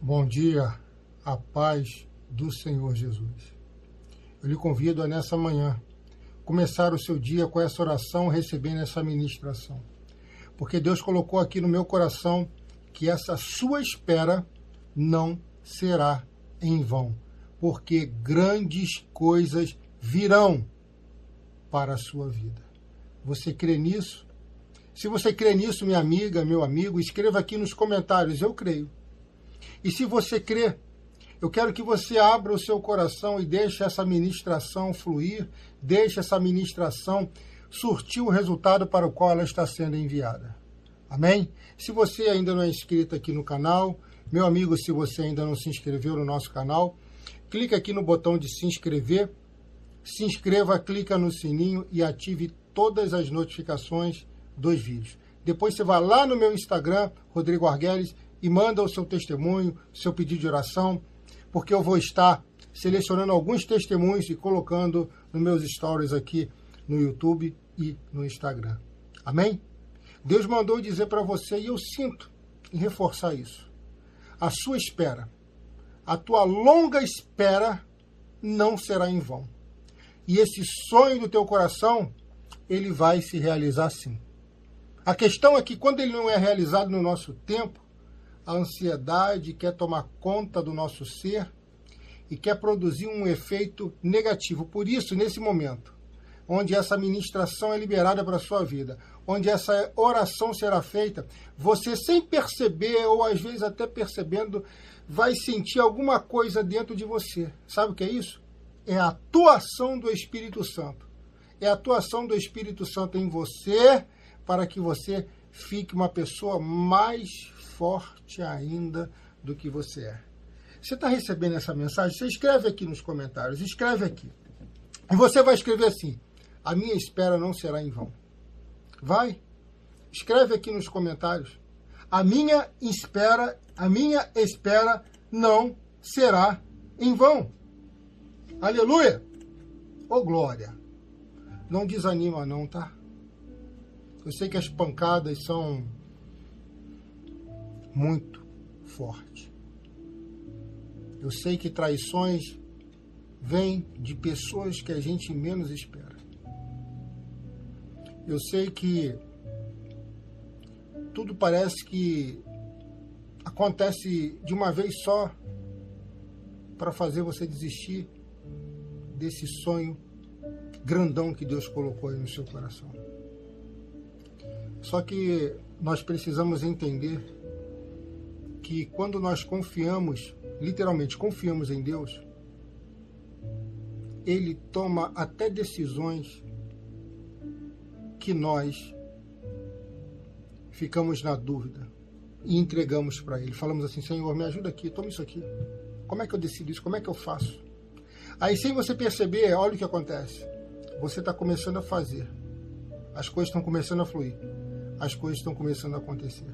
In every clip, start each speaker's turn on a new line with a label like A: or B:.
A: Bom dia, a paz do Senhor Jesus. Eu lhe convido a nessa manhã começar o seu dia com essa oração, recebendo essa ministração. Porque Deus colocou aqui no meu coração que essa sua espera não será em vão, porque grandes coisas virão para a sua vida. Você crê nisso? Se você crê nisso, minha amiga, meu amigo, escreva aqui nos comentários, eu creio. E se você crê, eu quero que você abra o seu coração e deixe essa ministração fluir, deixe essa ministração surtir o resultado para o qual ela está sendo enviada. Amém? Se você ainda não é inscrito aqui no canal, meu amigo, se você ainda não se inscreveu no nosso canal, clique aqui no botão de se inscrever, se inscreva, clica no sininho e ative todas as notificações dos vídeos. Depois você vai lá no meu Instagram, Rodrigo Arguelles, e manda o seu testemunho, seu pedido de oração, porque eu vou estar selecionando alguns testemunhos e colocando nos meus stories aqui no YouTube e no Instagram. Amém? Deus mandou dizer para você, e eu sinto em reforçar isso. A sua espera, a tua longa espera não será em vão. E esse sonho do teu coração, ele vai se realizar sim. A questão é que quando ele não é realizado no nosso tempo, a ansiedade quer tomar conta do nosso ser e quer produzir um efeito negativo. Por isso, nesse momento, onde essa ministração é liberada para a sua vida, onde essa oração será feita, você sem perceber, ou às vezes até percebendo, vai sentir alguma coisa dentro de você. Sabe o que é isso? É a atuação do Espírito Santo. É a atuação do Espírito Santo em você para que você fique uma pessoa mais forte ainda do que você é. Você está recebendo essa mensagem? Você escreve aqui nos comentários, escreve aqui. E você vai escrever assim: a minha espera não será em vão. Vai, escreve aqui nos comentários: a minha espera não será em vão. Aleluia! Ô glória! Não desanima não, tá? Eu sei que as pancadas são muito fortes. Eu sei que traições vêm de pessoas que a gente menos espera. Eu sei que tudo parece que acontece de uma vez só para fazer você desistir desse sonho grandão que Deus colocou aí no seu coração. Só que nós precisamos entender que quando nós confiamos, literalmente confiamos em Deus, Ele toma até decisões que nós ficamos na dúvida e entregamos para Ele. Falamos assim: Senhor, me ajuda aqui, toma isso aqui. Como é que eu decido isso? Como é que eu faço? Aí, sem você perceber, olha o que acontece. Você está começando a fazer. As coisas estão começando a fluir. As coisas estão começando a acontecer.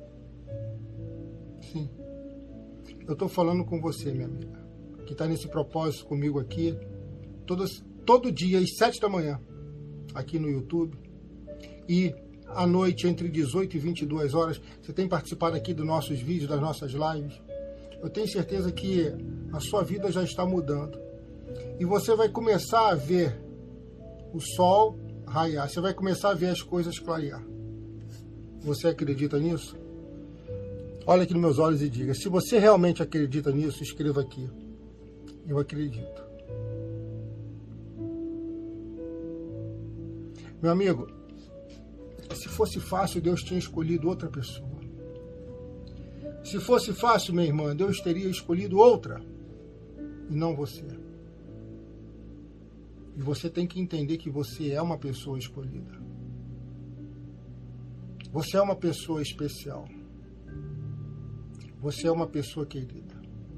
A: Sim. Eu estou falando com você, minha amiga, que está nesse propósito comigo aqui, todo dia, às 7 da manhã, aqui no YouTube, e à noite, entre 18 e 22 horas, você tem participado aqui dos nossos vídeos, das nossas lives. Eu tenho certeza que a sua vida já está mudando. E você vai começar a ver o sol raiar, você vai começar a ver as coisas clarear. Você acredita nisso? Olha aqui nos meus olhos e diga: se você realmente acredita nisso, escreva aqui: eu acredito. Meu amigo, se fosse fácil, Deus tinha escolhido outra pessoa. Se fosse fácil, minha irmã, Deus teria escolhido outra, e não você. E você tem que entender que você é uma pessoa escolhida. Você é uma pessoa especial. Você é uma pessoa querida.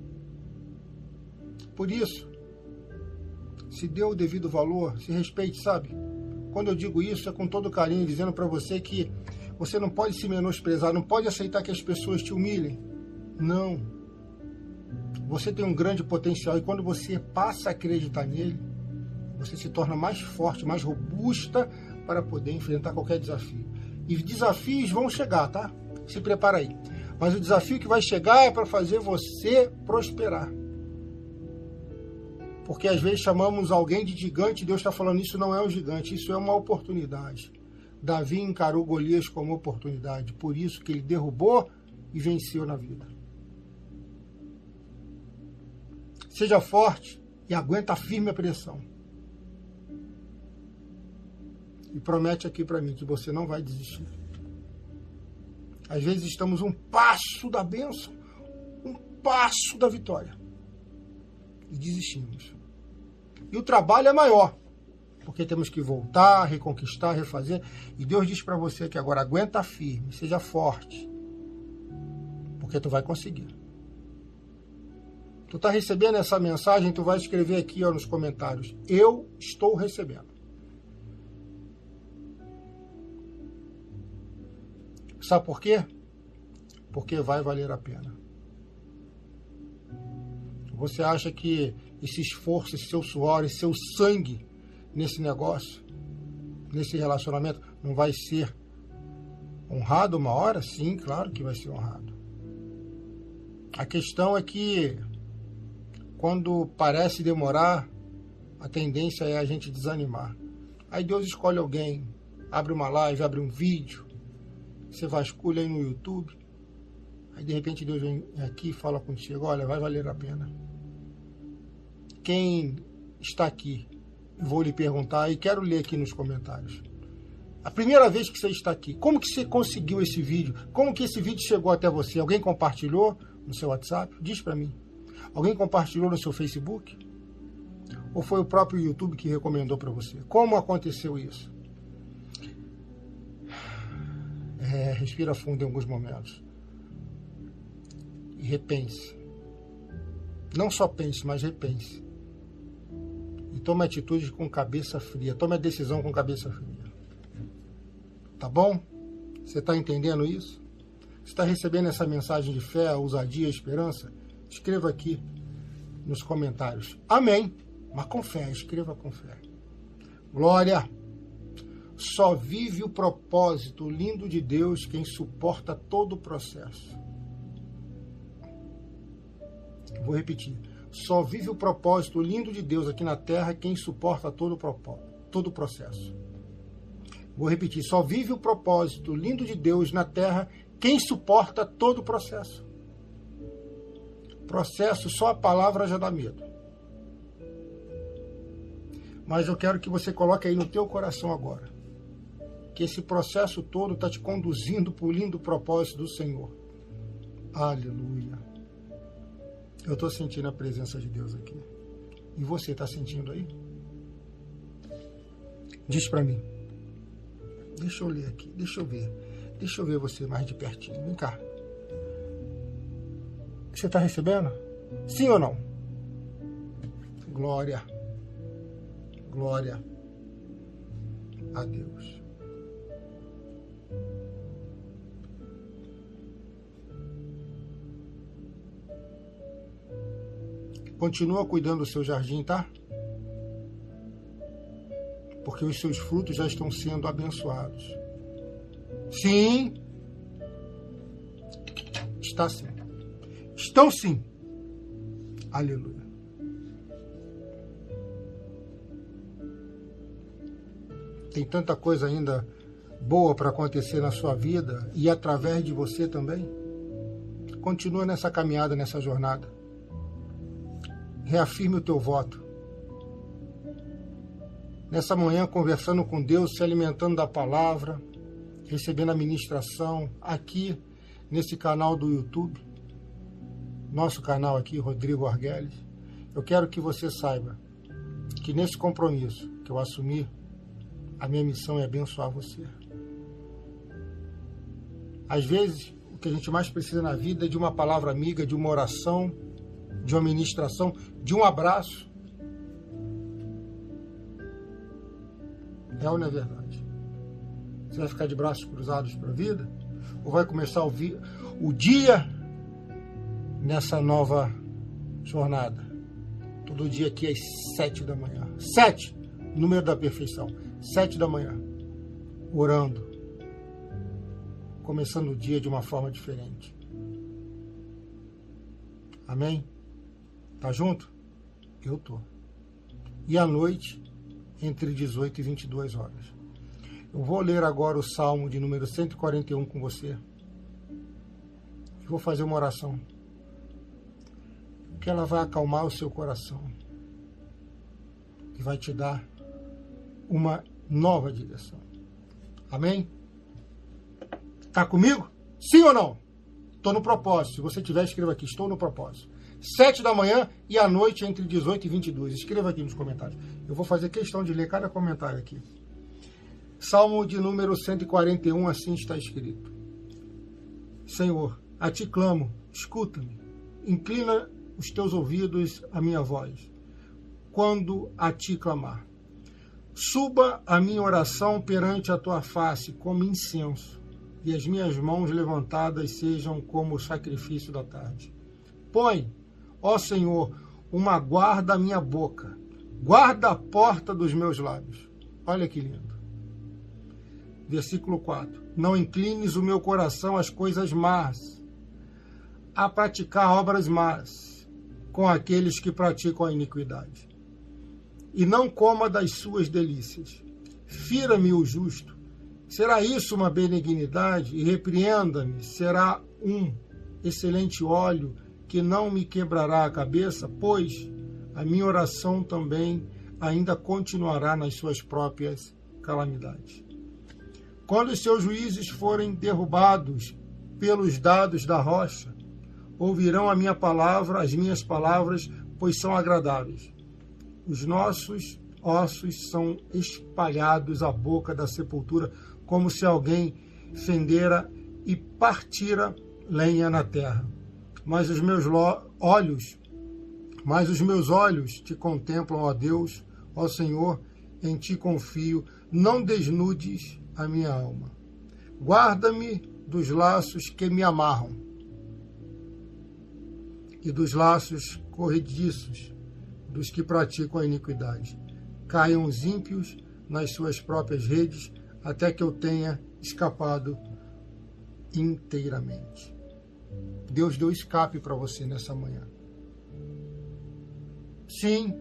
A: Por isso, se dê o devido valor, se respeite, sabe? Quando eu digo isso, é com todo carinho, dizendo para você que você não pode se menosprezar, não pode aceitar que as pessoas te humilhem. Não. Você tem um grande potencial e quando você passa a acreditar nele, você se torna mais forte, mais robusta para poder enfrentar qualquer desafio. E desafios vão chegar, tá? Se prepara aí. Mas o desafio que vai chegar é para fazer você prosperar. Porque às vezes chamamos alguém de gigante, Deus está falando, isso não é um gigante, isso é uma oportunidade. Davi encarou Golias como oportunidade, por isso que ele derrubou e venceu na vida. Seja forte e aguenta firme a pressão. E promete aqui para mim que você não vai desistir. Às vezes estamos um passo da bênção, um passo da vitória. E desistimos. E o trabalho é maior, porque temos que voltar, reconquistar, refazer. E Deus diz para você que agora aguenta firme, seja forte, porque tu vai conseguir. Tu está recebendo essa mensagem, tu vai escrever aqui nos comentários, eu estou recebendo. Sabe por quê? Porque vai valer a pena. Você acha que esse esforço, esse seu suor, esse seu sangue nesse negócio, nesse relacionamento, não vai ser honrado uma hora? Sim, claro que vai ser honrado. A questão é que quando parece demorar, a tendência é a gente desanimar. Aí Deus escolhe alguém, abre uma live, abre um vídeo, você vasculha aí no YouTube, aí de repente Deus vem aqui e fala contigo, olha, vai valer a pena. Quem está aqui, vou lhe perguntar e quero ler aqui nos comentários. A primeira vez que você está aqui, como que você conseguiu esse vídeo? Como que esse vídeo chegou até você? Alguém compartilhou no seu WhatsApp? Diz para mim. Alguém compartilhou no seu Facebook? Ou foi o próprio YouTube que recomendou para você? Como aconteceu isso? Respira fundo em alguns momentos. E repense. Não só pense, mas repense. E tome atitude com cabeça fria. Tome a decisão com cabeça fria. Tá bom? Você está entendendo isso? Você está recebendo essa mensagem de fé, ousadia, esperança? Escreva aqui nos comentários. Amém. Mas com fé, escreva com fé. Glória. Só vive o propósito lindo de Deus quem suporta todo o processo. Vou repetir. Só vive o propósito lindo de Deus aqui na terra quem suporta todo o processo. Vou repetir. Só vive o propósito lindo de Deus na terra quem suporta todo o processo. Processo, só a palavra já dá medo. Mas eu quero que você coloque aí no teu coração agora que esse processo todo está te conduzindo para o lindo propósito do Senhor. Aleluia. Eu estou sentindo a presença de Deus aqui. E você está sentindo aí? Diz para mim. Deixa eu ler aqui, deixa eu ver. Deixa eu ver você mais de pertinho. Vem cá. Você está recebendo? Sim ou não? Glória. Glória a Deus. Continua cuidando do seu jardim, tá? Porque os seus frutos já estão sendo abençoados. Sim. Está sim. Estão sim. Aleluia. Tem tanta coisa ainda boa para acontecer na sua vida e através de você também. Continua nessa caminhada, nessa jornada. Reafirme o teu voto. Nessa manhã, conversando com Deus, se alimentando da palavra, recebendo a ministração aqui nesse canal do YouTube, nosso canal aqui, Rodrigo Arguelles. Eu quero que você saiba que nesse compromisso que eu assumi, a minha missão é abençoar você. Às vezes, o que a gente mais precisa na vida é de uma palavra amiga, de uma oração, de uma ministração, de um abraço. É ou não é verdade? Você vai ficar de braços cruzados para a vida? Ou vai começar o dia nessa nova jornada? Todo dia aqui às 7 da manhã. 7, número da perfeição. 7 da manhã. Orando. Começando o dia de uma forma diferente. Amém? Tá junto? Eu tô. E à noite, entre 18 e 22 horas. Eu vou ler agora o Salmo de número 141 com você. E vou fazer uma oração. Que ela vai acalmar o seu coração. E vai te dar uma nova direção. Amém? Tá comigo? Sim ou não? Estou no propósito. Se você tiver, escreva aqui. Estou no propósito. 7 da manhã e à noite entre 18 e 22. Escreva aqui nos comentários. Eu vou fazer questão de ler cada comentário aqui. Salmo de número 141, assim está escrito. Senhor, a ti clamo, escuta-me. Inclina os teus ouvidos à minha voz, quando a ti clamar. Suba a minha oração perante a tua face como incenso, e as minhas mãos levantadas sejam como o sacrifício da tarde. Põe, ó Senhor, uma guarda à minha boca, guarda a porta dos meus lábios. Olha que lindo. Versículo 4. Não inclines o meu coração às coisas más, a praticar obras más, com aqueles que praticam a iniquidade. E não coma das suas delícias. Fira-me o justo. Será isso uma benignidade? E repreenda-me. Será um excelente óleo que não me quebrará a cabeça? Pois a minha oração também ainda continuará nas suas próprias calamidades. Quando os seus juízes forem derrubados pelos dados da rocha, ouvirão a minha palavra, as minhas palavras, pois são agradáveis. Os nossos ossos são espalhados à boca da sepultura, como se alguém fendera e partira lenha na terra. Mas os meus olhos te contemplam, ó Deus, ó Senhor, em ti confio. Não desnudes a minha alma. Guarda-me dos laços que me amarram e dos laços corrediços dos que praticam a iniquidade. Caiam os ímpios nas suas próprias redes, até que eu tenha escapado inteiramente. Deus deu escape para você nessa manhã. Sim,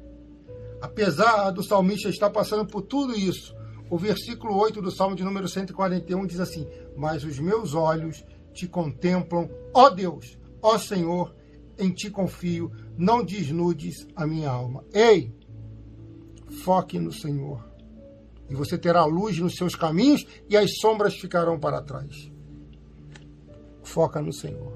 A: apesar do salmista estar passando por tudo isso, o versículo 8 do Salmo de número 141 diz assim: mas os meus olhos te contemplam, ó Deus, ó Senhor, em ti confio, não desnudes a minha alma. Ei, foque no Senhor, e você terá luz nos seus caminhos e as sombras ficarão para trás. Foca no Senhor.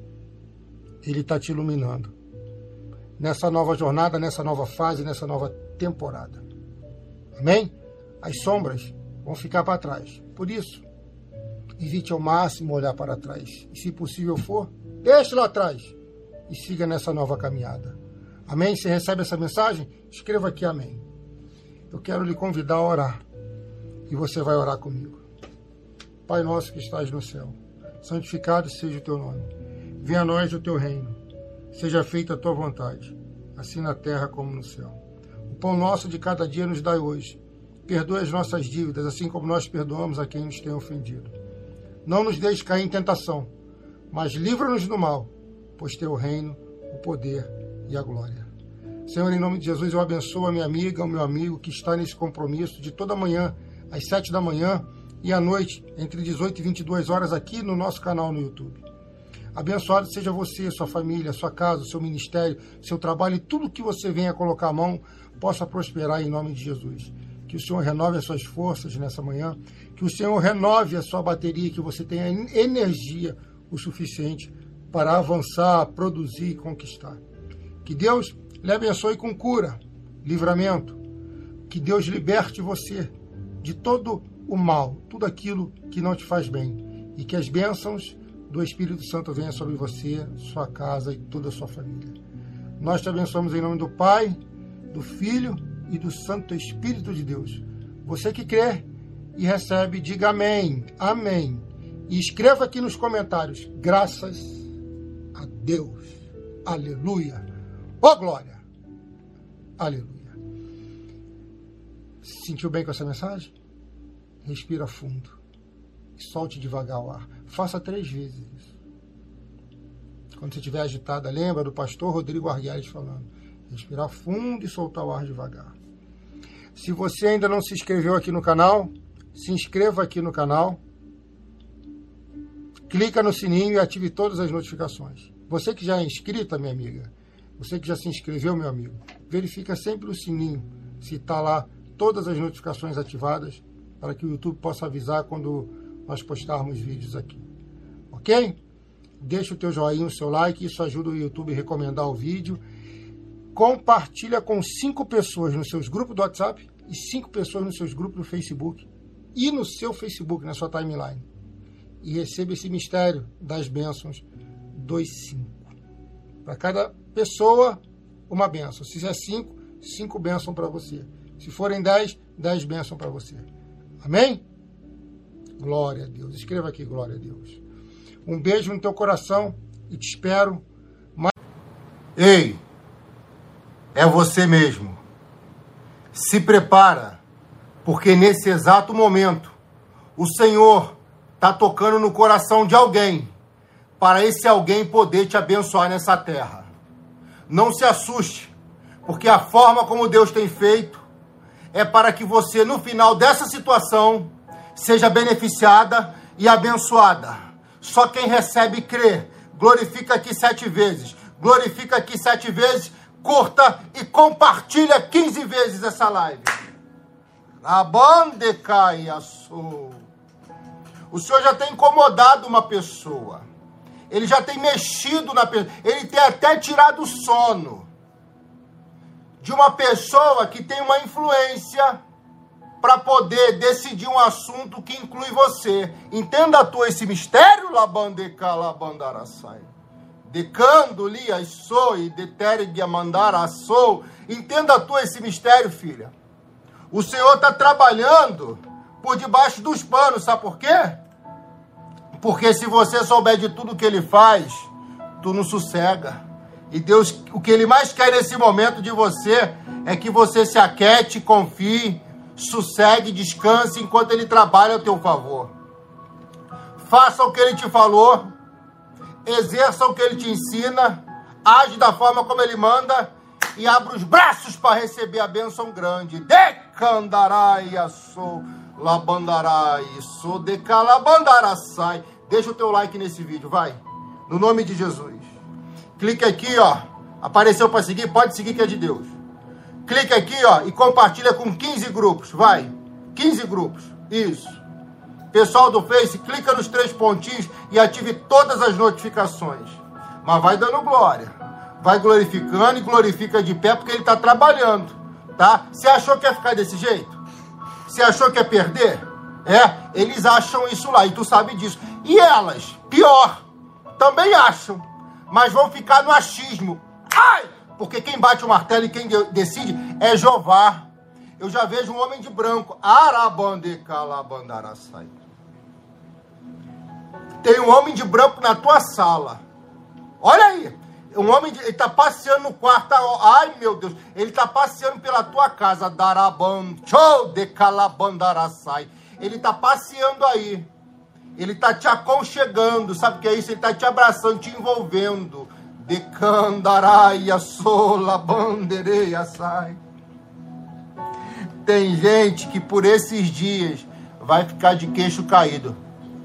A: Ele está te iluminando nessa nova jornada, nessa nova fase, nessa nova temporada. Amém? As sombras vão ficar para trás. Por isso, evite ao máximo olhar para trás. E se possível for, deixe lá atrás e siga nessa nova caminhada. Amém? Você recebe essa mensagem? Escreva aqui amém. Eu quero lhe convidar a orar. E você vai orar comigo. Pai nosso que estás no céu, santificado seja o teu nome. Venha a nós o teu reino. Seja feita a tua vontade, assim na terra como no céu. O pão nosso de cada dia nos dai hoje. Perdoa as nossas dívidas, assim como nós perdoamos a quem nos tem ofendido. Não nos deixes cair em tentação, mas livra-nos do mal, pois teu reino, o poder e a glória. Senhor, em nome de Jesus, eu abençoo a minha amiga, o meu amigo que está nesse compromisso de toda manhã, às 7 da manhã e à noite, entre 18 e 22 horas, aqui no nosso canal no YouTube. Abençoado seja você, sua família, sua casa, seu ministério, seu trabalho e tudo que você venha colocar a mão possa prosperar em nome de Jesus. Que o Senhor renove as suas forças nessa manhã, que o Senhor renove a sua bateria, que você tenha energia o suficiente para avançar, produzir e conquistar. Que Deus lhe abençoe com cura, livramento, que Deus liberte você de todo o mal, tudo aquilo que não te faz bem, e que as bênçãos do Espírito Santo venham sobre você, sua casa e toda a sua família. Nós te abençoamos em nome do Pai, do Filho e do Santo Espírito de Deus. Você que crê e recebe, diga amém, amém. E escreva aqui nos comentários, graças a Deus, aleluia, ó glória, aleluia. Se sentiu bem com essa mensagem? Respira fundo e solte devagar o ar. Faça 3 vezes isso. Quando você estiver agitada, lembra do pastor Rodrigo Arguelles falando. Respirar fundo e soltar o ar devagar. Se você ainda não se inscreveu aqui no canal, se inscreva aqui no canal. Clica no sininho e ative todas as notificações. Você que já é inscrita, minha amiga, você que já se inscreveu, meu amigo, verifica sempre o sininho, se está lá todas as notificações ativadas, para que o YouTube possa avisar quando nós postarmos vídeos aqui. Ok? Deixa o teu joinha, o seu like, isso ajuda o YouTube a recomendar o vídeo. Compartilha com 5 pessoas nos seus grupos do WhatsApp e 5 pessoas nos seus grupos do Facebook e no seu Facebook, na sua timeline. E receba esse mistério das bênçãos dos 5. Para cada pessoa, uma bênção. Se é 5, 5 bênçãos para você. Se forem 10, 10 bênçãos para você. Amém? Glória a Deus. Escreva aqui, glória a Deus. Um beijo no teu coração e te espero.
B: Ei, é você mesmo. Se prepara, porque nesse exato momento, o Senhor está tocando no coração de alguém, para esse alguém poder te abençoar nessa terra. Não se assuste, porque a forma como Deus tem feito é para que você, no final dessa situação, seja beneficiada e abençoada. Só quem recebe e crê, glorifica aqui 7 vezes, glorifica aqui 7 vezes, curta e compartilha 15 vezes essa live. O Senhor já tem incomodado uma pessoa. Ele já tem mexido na pessoa. Ele tem até tirado o sono de uma pessoa que tem uma influência para poder decidir um assunto que inclui você. Entenda tu esse mistério, labandeca, labandaraçai. Decando, lia, soi, detergue, mandara, sou. Entenda tu esse mistério, filha. O Senhor está trabalhando por debaixo dos panos, sabe por quê? Porque se você souber de tudo que Ele faz, tu não sossega. E Deus, o que Ele mais quer nesse momento de você é que você se aquete, confie, sossegue, descanse enquanto Ele trabalha a teu favor. Faça o que Ele te falou, exerça o que Ele te ensina, age da forma como Ele manda e abra os braços para receber a bênção grande. Decandarai, sou labandarai, sou decalabandaraçai. Deixa o teu like nesse vídeo, vai. No nome de Jesus. Clique aqui, ó. Apareceu para seguir, pode seguir que é de Deus. Clique aqui, ó, e compartilha com 15 grupos, vai. 15 grupos, isso. Pessoal do Face, clica nos 3 pontinhos e ative todas as notificações. Mas vai dando glória. Vai glorificando e glorifica de pé porque Ele está trabalhando, tá? Você achou que ia ficar desse jeito? Você achou que ia perder? Eles acham isso lá e tu sabe disso. E elas, pior, também acham, mas vão ficar no achismo. Ai! Porque quem bate o martelo e quem decide é Jeová. Eu já vejo um homem de branco. Arabandecalabandaraçai. Tem um homem de branco na tua sala. Olha aí. Um homem, ele está passeando no quarto. Ai, meu Deus. Ele está passeando pela tua casa. Darabandecalabandaraçai. Ele está passeando aí. Ele está te aconchegando. Sabe o que é isso? Ele está te abraçando, te envolvendo. Decandaraia, sola, bandereia, sai. Tem gente que por esses dias vai ficar de queixo caído.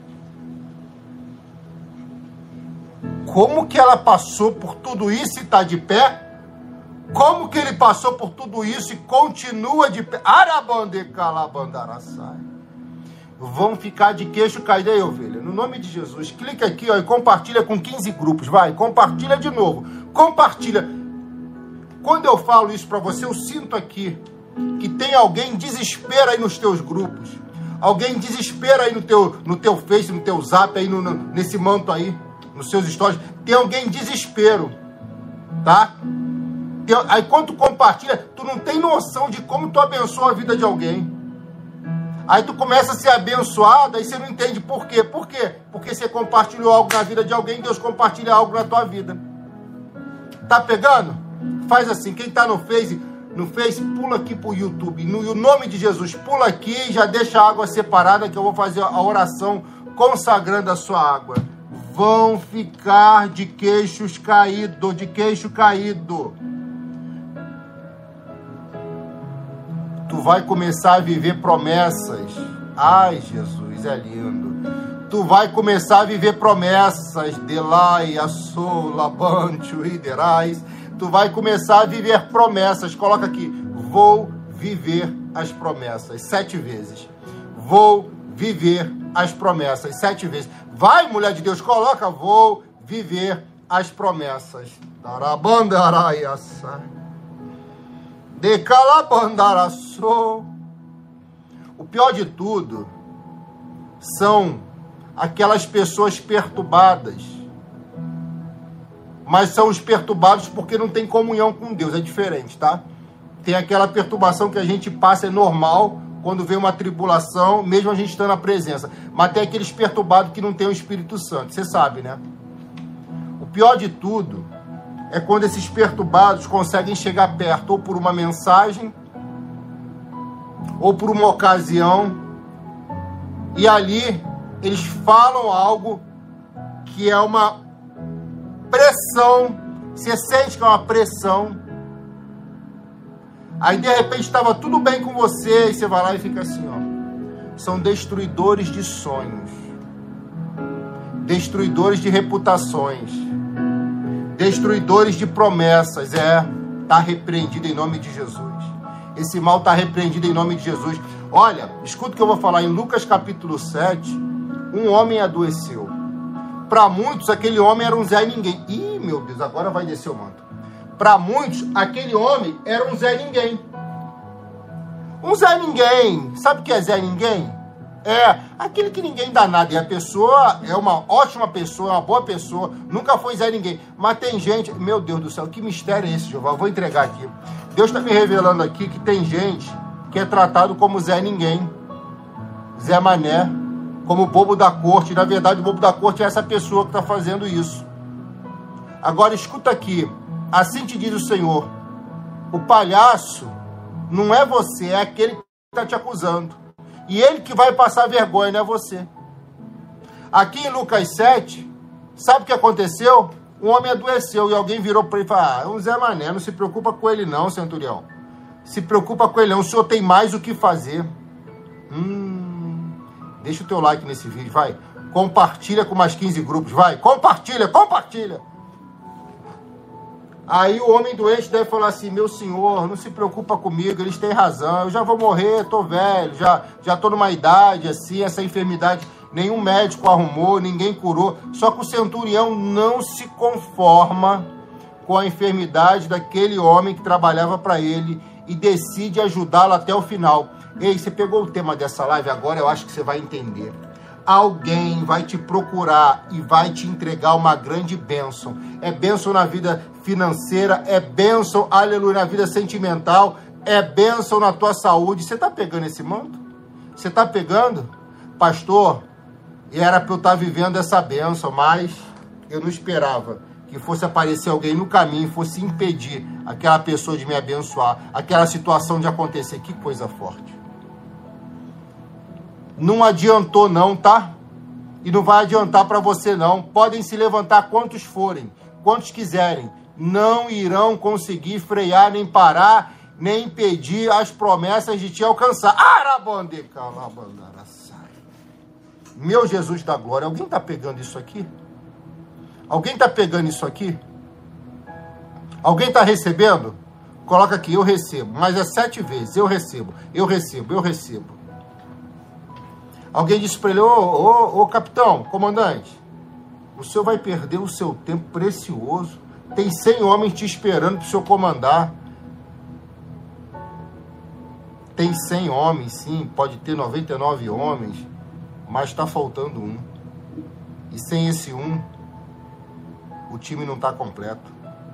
B: Como que ela passou por tudo isso e está de pé? Como que ele passou por tudo isso e continua de pé? Arabandecalabandaraçai. Vão ficar de queixo caído aí, ovelha. No nome de Jesus, clica aqui, ó, e compartilha com 15 grupos. Vai, compartilha de novo. Compartilha. Quando eu falo isso para você, eu sinto aqui que tem alguém em desespero aí nos teus grupos. Alguém em desespero aí no teu Face, no teu Zap, aí nesse manto aí, nos seus stories. Tem alguém em desespero, tá? Aí quando tu compartilha, tu não tem noção de como tu abençoa a vida de alguém. Aí tu começa a ser abençoado, aí você não entende por quê. Por quê? Porque você compartilhou algo na vida de alguém, Deus compartilha algo na tua vida. Tá pegando? Faz assim, quem tá no Face, pula aqui pro YouTube. No nome de Jesus, pula aqui e já deixa a água separada que eu vou fazer a oração consagrando a sua água. vão ficar de queixo caído. Tu vai começar a viver promessas. Ai, Jesus, é lindo. Tu vai começar a viver promessas. Delai, Assou, Labantio, Iderais. Tu vai começar a viver promessas. Coloca aqui, vou viver as promessas 7 vezes. Vou viver as promessas 7 vezes. Vai, mulher de Deus, coloca, vou viver as promessas. Darabandaraiaçai. Decalabandaraçou. O pior de tudo são aquelas pessoas perturbadas. Mas são os perturbados porque não tem comunhão com Deus. É diferente, tá? Tem aquela perturbação que a gente passa, é normal, quando vem uma tribulação, mesmo a gente estando na presença. Mas tem aqueles perturbados que não tem o Espírito Santo. Você sabe, né? O pior de tudo é quando esses perturbados conseguem chegar perto, ou por uma mensagem, ou por uma ocasião, e ali eles falam algo que é uma pressão. Você sente que é uma pressão. Aí de repente estava tudo bem com você, e você vai lá e fica assim, ó. São destruidores de sonhos, destruidores de reputações, destruidores de promessas. Está repreendido em nome de Jesus. Esse mal está repreendido em nome de Jesus. Olha, escuta o que eu vou falar. Em Lucas capítulo 7, um homem adoeceu. Para muitos, aquele homem era um Zé Ninguém. Ih, meu Deus, agora vai descer o manto. Para muitos, aquele homem era um Zé Ninguém. Um Zé Ninguém. Sabe o que é Zé Ninguém? É aquele que ninguém dá nada. E a pessoa é uma ótima pessoa, é uma boa pessoa, nunca foi Zé Ninguém. Mas tem gente, meu Deus do céu, que mistério é esse, Jeová? Eu vou entregar aqui. Deus está me revelando aqui que tem gente que é tratado como Zé Ninguém, Zé Mané, como bobo da corte. Na verdade, o bobo da corte é essa pessoa que está fazendo isso. Agora, escuta aqui. Assim te diz o Senhor: o palhaço não é você, é aquele que está te acusando. E ele que vai passar vergonha, não é você. Aqui em Lucas 7, sabe o que aconteceu? Um homem adoeceu e alguém virou para ele e falou: é um Zé Mané, não se preocupa com ele não, centurião. Se preocupa com ele não, o senhor tem mais o que fazer. Deixa o teu like nesse vídeo, vai. Compartilha com mais 15 grupos, vai. Compartilha. Aí o homem doente deve falar assim: meu senhor, não se preocupa comigo, eles têm razão, eu já vou morrer, tô velho, já tô numa idade assim, essa enfermidade nenhum médico arrumou, ninguém curou. Só que o centurião não se conforma com a enfermidade daquele homem que trabalhava para ele e decide ajudá-lo até o final. Ei, você pegou o tema dessa live agora, eu acho que você vai entender. Alguém vai te procurar e vai te entregar uma grande bênção. É bênção na vida financeira, é bênção, aleluia, na vida sentimental, é bênção na tua saúde. Você está pegando esse manto? Você está pegando? Pastor, era para eu estar vivendo essa bênção, mas eu não esperava que fosse aparecer alguém no caminho, fosse impedir aquela pessoa de me abençoar, aquela situação de acontecer. Que coisa forte. Não adiantou não, tá? E não vai adiantar para você não. Podem se levantar quantos forem, quantos quiserem. Não irão conseguir frear, nem parar, nem impedir as promessas de te alcançar. Meu Jesus da glória, alguém está pegando isso aqui? Alguém está pegando isso aqui? Alguém está recebendo? Coloca aqui, eu recebo. Mas é 7 vezes, eu recebo. Alguém disse para ele: ô capitão, comandante, o senhor vai perder o seu tempo precioso. Tem 100 homens te esperando para o senhor comandar. Tem 100 homens, sim, pode ter 99 homens, mas está faltando um. E sem esse um, o time não está completo.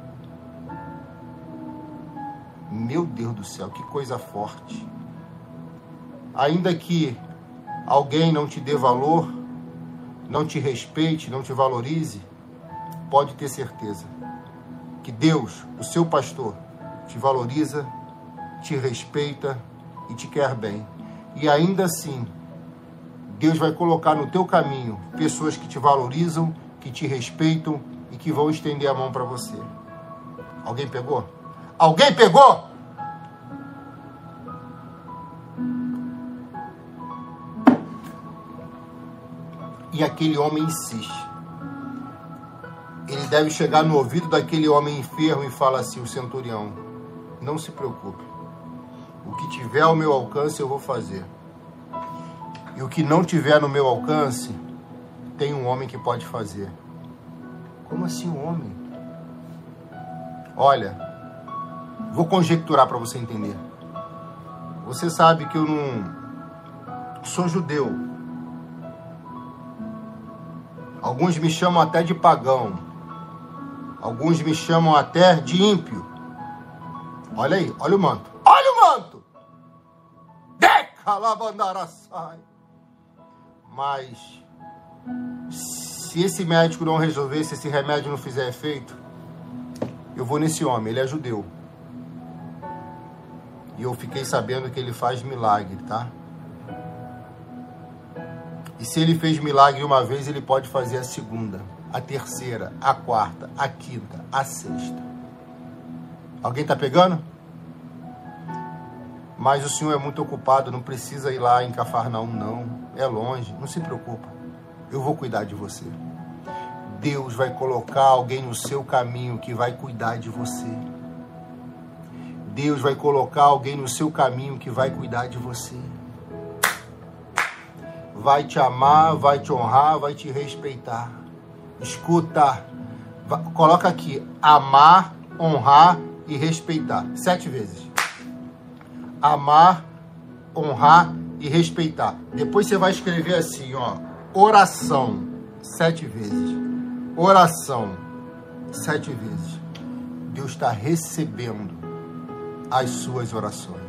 B: Meu Deus do céu, que coisa forte. Ainda que alguém não te dê valor, não te respeite, não te valorize, pode ter certeza que Deus, o seu pastor, te valoriza, te respeita e te quer bem. E ainda assim, Deus vai colocar no teu caminho pessoas que te valorizam, que te respeitam e que vão estender a mão para você. Alguém pegou? Alguém pegou? E aquele homem insiste. Ele deve chegar no ouvido daquele homem enfermo e fala assim, o centurião, não se preocupe. O que tiver ao meu alcance eu vou fazer. E o que não tiver no meu alcance, tem um homem que pode fazer. Como assim um homem? Olha, vou conjecturar para você entender. Você sabe que eu não sou judeu. Alguns me chamam até de pagão. Alguns me chamam até de ímpio. Olha aí, olha o manto. Olha o manto! Decalabandaraçai. Mas, se esse médico não resolver, se esse remédio não fizer efeito, eu vou nesse homem, ele é judeu. E eu fiquei sabendo que ele faz milagre, tá? E se ele fez milagre uma vez, ele pode fazer a segunda, a terceira, a quarta, a quinta, a sexta. Alguém tá pegando? Mas o senhor é muito ocupado, não precisa ir lá em Cafarnaum, não. É longe, não se preocupa. Eu vou cuidar de você. Deus vai colocar alguém no seu caminho que vai cuidar de você. Deus vai colocar alguém no seu caminho que vai cuidar de você. Vai te amar, vai te honrar, vai te respeitar. Escuta, coloca aqui, amar, honrar e respeitar. 7 vezes. Amar, honrar e respeitar. Depois você vai escrever assim, ó, oração, 7 vezes. Oração, 7 vezes. Deus está recebendo as suas orações.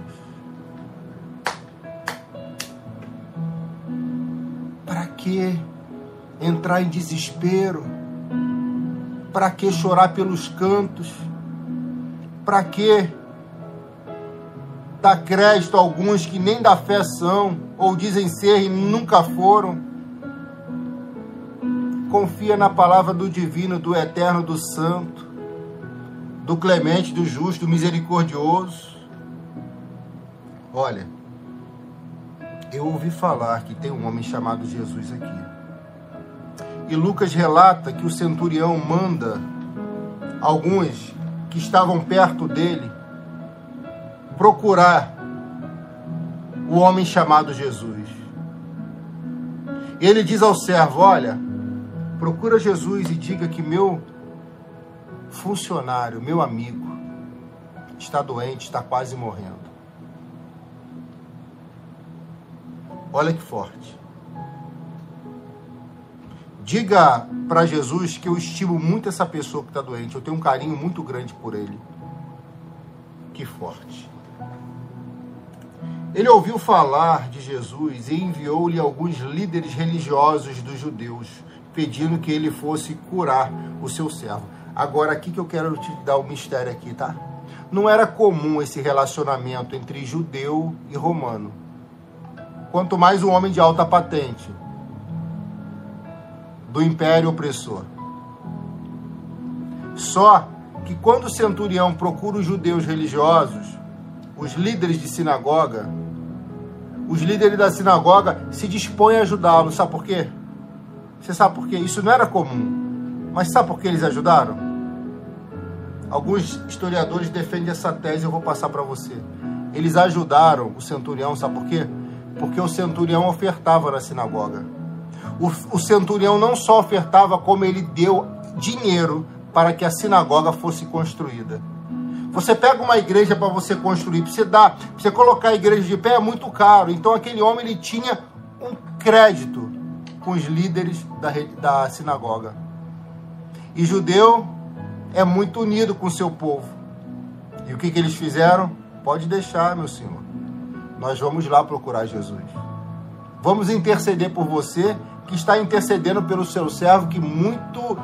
B: Para que entrar em desespero? Para que chorar pelos cantos? Para que dar crédito a alguns que nem da fé são, ou dizem ser e nunca foram? Confia na palavra do divino, do eterno, do santo, do clemente, do justo, do misericordioso. Olha, eu ouvi falar que tem um homem chamado Jesus aqui. E Lucas relata que o centurião manda alguns que estavam perto dele procurar o homem chamado Jesus. Ele diz ao servo, olha, procura Jesus e diga que meu funcionário, meu amigo, está doente, está quase morrendo. Olha que forte. Diga para Jesus que eu estimo muito essa pessoa que está doente. Eu tenho um carinho muito grande por ele. Que forte. Ele ouviu falar de Jesus e enviou-lhe alguns líderes religiosos dos judeus, pedindo que ele fosse curar o seu servo. Agora, aqui que eu quero te dar um mistério aqui, tá? Não era comum esse relacionamento entre judeu e romano. Quanto mais um homem de alta patente do império opressor. Só que quando o centurião procura os judeus religiosos, os líderes de sinagoga, os líderes da sinagoga se dispõem a ajudá-lo. Sabe por quê? Você sabe por quê? Isso não era comum. Mas sabe por que eles ajudaram? Alguns historiadores defendem essa tese, eu vou passar para você. Eles ajudaram o centurião, sabe por quê? Porque o centurião ofertava na sinagoga. O centurião não só ofertava, como ele deu dinheiro para que a sinagoga fosse construída. Você pega uma igreja para você construir, para você colocar a igreja de pé é muito caro. Então aquele homem ele tinha um crédito com os líderes da sinagoga. E judeu é muito unido com o seu povo. E o que eles fizeram? Pode deixar, meu senhor. Nós vamos lá procurar Jesus. Vamos interceder por você, que está intercedendo pelo seu servo, que muito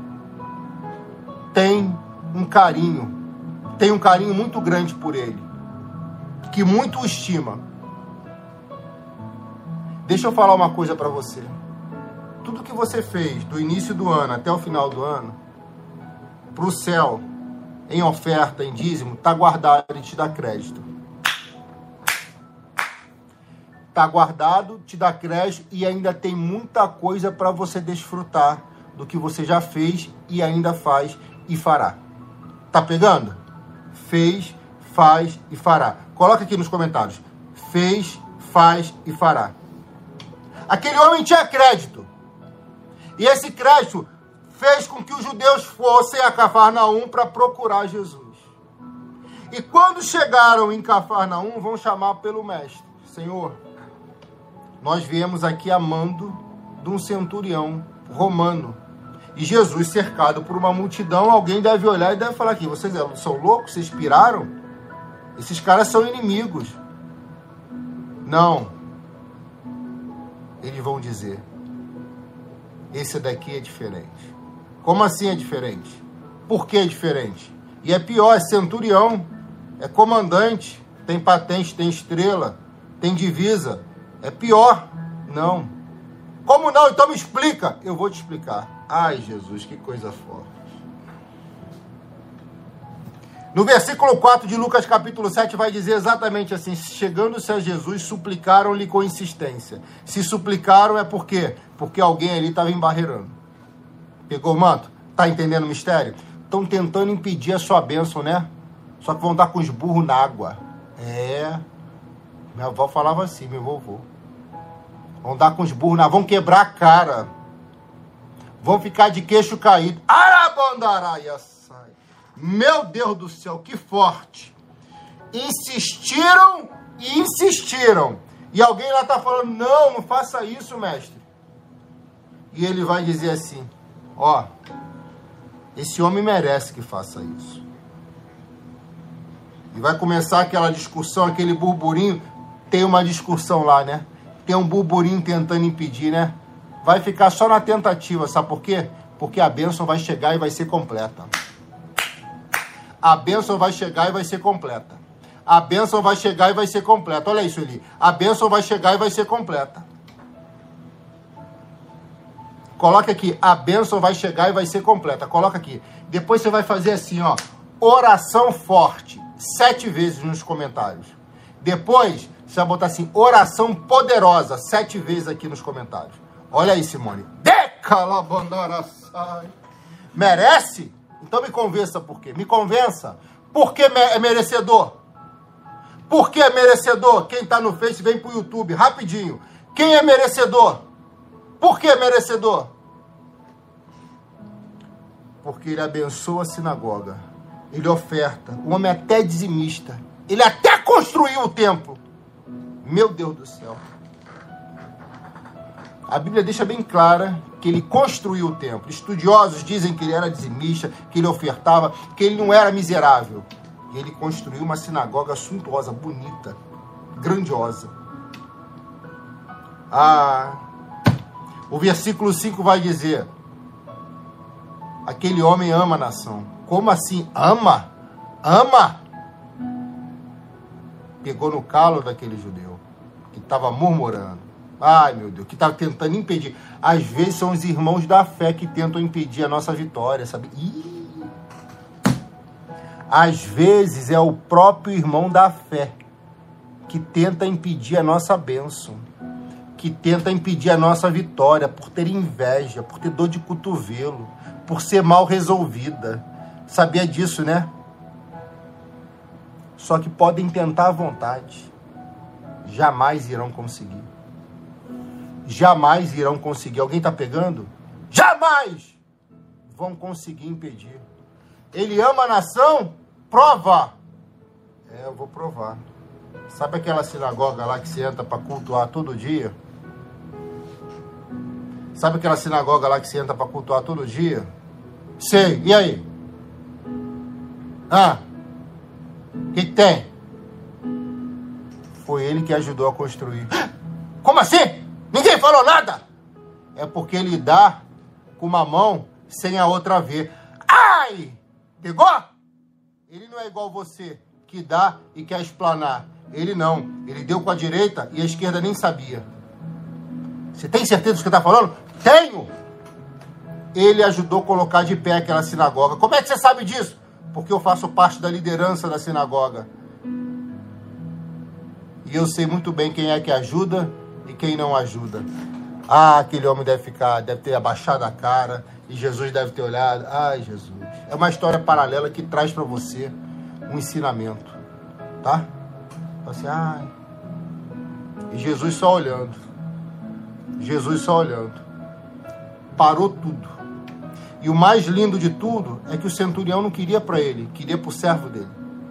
B: tem um carinho muito grande por ele, que muito o estima. Deixa eu falar uma coisa para você. tudo que você fez do início do ano até o final do ano, para o céu, em oferta, em dízimo, está guardado e te dá crédito. Está guardado, te dá crédito e ainda tem muita coisa para você desfrutar do que você já fez e ainda faz e fará. Tá pegando? Fez, faz e fará. Coloca aqui nos comentários. Fez, faz e fará. Aquele homem tinha crédito. E esse crédito fez com que os judeus fossem a Cafarnaum para procurar Jesus. E quando chegaram em Cafarnaum, vão chamar pelo mestre. Senhor, nós viemos aqui a mando de um centurião romano. E Jesus, cercado por uma multidão, alguém deve olhar e deve falar aqui, vocês são loucos? Vocês piraram? Esses caras são inimigos. Não. Eles vão dizer, esse daqui é diferente. Como assim é diferente? Por que é diferente? E é pior, é centurião, é comandante, tem patente, tem estrela, tem divisa. É pior. Não. Como não? Então me explica. Eu vou te explicar. Ai, Jesus, que coisa forte. No versículo 4 de Lucas, capítulo 7, vai dizer exatamente assim, chegando-se a Jesus, suplicaram-lhe com insistência. Se suplicaram é por quê? Porque alguém ali estava embarreirando. Pegou o manto? Tá entendendo o mistério? Estão tentando impedir a sua bênção, né? Só que vão dar com os burros na água. Minha avó falava assim, meu vovô. Vão dar com os burros na água, vão quebrar a cara. Vão ficar de queixo caído. Arabandaraia. Meu Deus do céu, que forte. Insistiram e insistiram. E alguém lá está falando, não faça isso, mestre. E ele vai dizer assim, ó, esse homem merece que faça isso. E vai começar aquela discussão, aquele burburinho. Tem uma discussão lá, né? Tem um burburinho tentando impedir, né? Vai ficar só na tentativa, sabe por quê? Porque a bênção vai chegar e vai ser completa. A bênção vai chegar e vai ser completa. A bênção vai chegar e vai ser completa. Olha isso ali. A bênção vai chegar e vai ser completa. Coloca aqui. A bênção vai chegar e vai ser completa. Coloca aqui. Depois você vai fazer assim, ó. Oração forte. 7 vezes nos comentários. Depois, você vai botar assim. Oração poderosa. 7 vezes aqui nos comentários. Olha aí, Simone. Decalabandaraçai. Merece? Então me convença por quê? Me convença. Por que é merecedor? Por que é merecedor? Quem está no Face, vem para o YouTube, rapidinho. Quem é merecedor? Por que é merecedor? Porque ele abençoa a sinagoga. Ele oferta. O homem é até dizimista. Ele até construiu o templo. Meu Deus do céu. A Bíblia deixa bem clara que ele construiu o templo. Estudiosos dizem que ele era dizimista, que ele ofertava, que ele não era miserável. E ele construiu uma sinagoga suntuosa, bonita, grandiosa. O versículo 5 vai dizer, aquele homem ama a nação. Como assim? Ama? Ama? Pegou no calo daquele judeu, que estava murmurando. Ai, meu Deus, que está tentando impedir. Às vezes são os irmãos da fé que tentam impedir a nossa vitória, sabe? Às vezes é o próprio irmão da fé que tenta impedir a nossa bênção, que tenta impedir a nossa vitória, por ter inveja, por ter dor de cotovelo, por ser mal resolvida. Sabia disso, né? Só que podem tentar à vontade. Jamais irão conseguir. Jamais irão conseguir. Alguém está pegando? Jamais vão conseguir impedir. Ele ama a nação? Prova. Eu vou provar. Sabe aquela sinagoga lá que você entra para cultuar todo dia? Sabe aquela sinagoga lá que você entra para cultuar todo dia? Sei. E aí? O que tem? Foi ele que ajudou a construir. Como assim? Ninguém falou nada. É porque ele dá com uma mão sem a outra ver. Ai! Pegou? Ele não é igual você, que dá e quer explanar. Ele não. Ele deu com a direita e a esquerda nem sabia. Você tem certeza do que está falando? Tenho! Ele ajudou a colocar de pé aquela sinagoga. Como é que você sabe disso? Porque eu faço parte da liderança da sinagoga. E eu sei muito bem quem é que ajuda e quem não ajuda. Ah, aquele homem deve ter abaixado a cara e Jesus deve ter olhado. Ai, Jesus. É uma história paralela que traz para você um ensinamento, tá? Assim, ai. E Jesus só olhando. Jesus só olhando. Parou tudo. E o mais lindo de tudo é que o centurião não queria para ele, queria para o servo dele.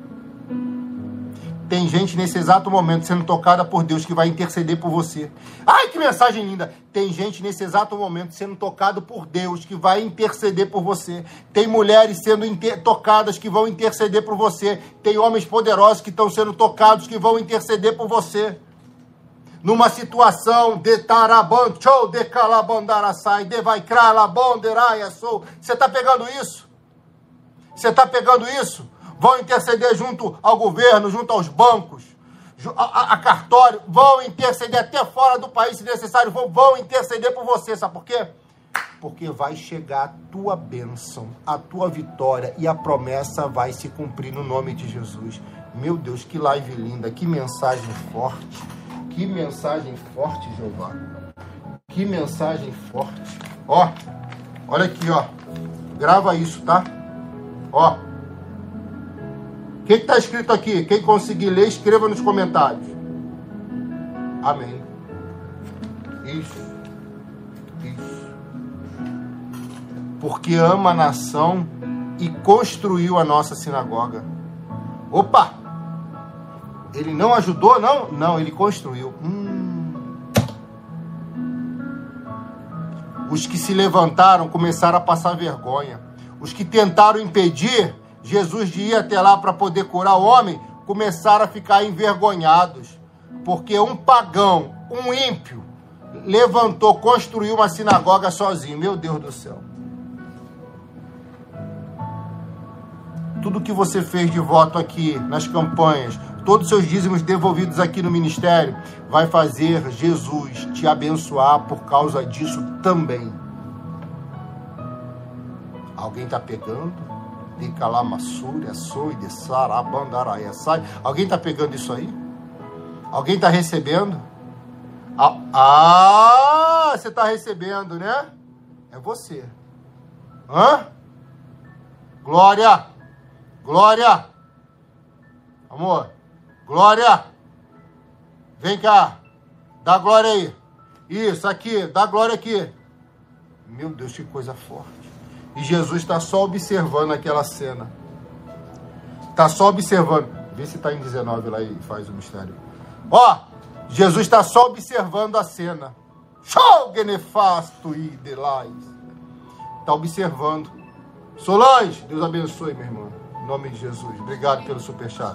B: Tem gente nesse exato momento sendo tocada por Deus que vai interceder por você. Ai, que mensagem linda! Tem gente nesse exato momento sendo tocado por Deus que vai interceder por você. Tem mulheres sendo tocadas que vão interceder por você. Tem homens poderosos que estão sendo tocados que vão interceder por você. Numa situação de tarabancho, de calabandaraçai, de vai cralabonderaia sou. Você está pegando isso? Você está pegando isso? Vão interceder junto ao governo, junto aos bancos, a cartório, vão interceder até fora do país, se necessário, vão interceder por você. Sabe por quê? Porque vai chegar a tua bênção, a tua vitória e a promessa vai se cumprir no nome de Jesus. Meu Deus, que live linda, que mensagem forte. Que mensagem forte, Jeová. Que mensagem forte. Ó, olha aqui, ó. Grava isso, tá? Ó. O que está escrito aqui? Quem conseguir ler, escreva nos comentários. Amém. Isso. Porque ama a nação e construiu a nossa sinagoga. Opa! Ele não ajudou, não? Não, ele construiu. Os que se levantaram começaram a passar vergonha. Os que tentaram impedir Jesus de ir até lá para poder curar o homem, começaram a ficar envergonhados. Porque um pagão, um ímpio, levantou, construiu uma sinagoga sozinho. Meu Deus do céu. Tudo que você fez de voto aqui, nas campanhas, todos os seus dízimos devolvidos aqui no ministério, vai fazer Jesus te abençoar por causa disso também. Alguém está pegando? De calamassúria, soi, de sarabandaraia, sai. Alguém está pegando isso aí? Alguém está recebendo? Ah, você está recebendo, né? É você. Hã? Glória! Glória! Amor, glória! Vem cá, dá glória aí. Isso, aqui, dá glória aqui. Meu Deus, que coisa forte. E Jesus está só observando aquela cena. Está só observando. Vê se está em 19 lá e faz o mistério. Ó, Jesus está só observando a cena. Show, genefasto e delais. Está observando. Solange, Deus abençoe, minha irmã. Em nome de Jesus. Obrigado pelo superchat.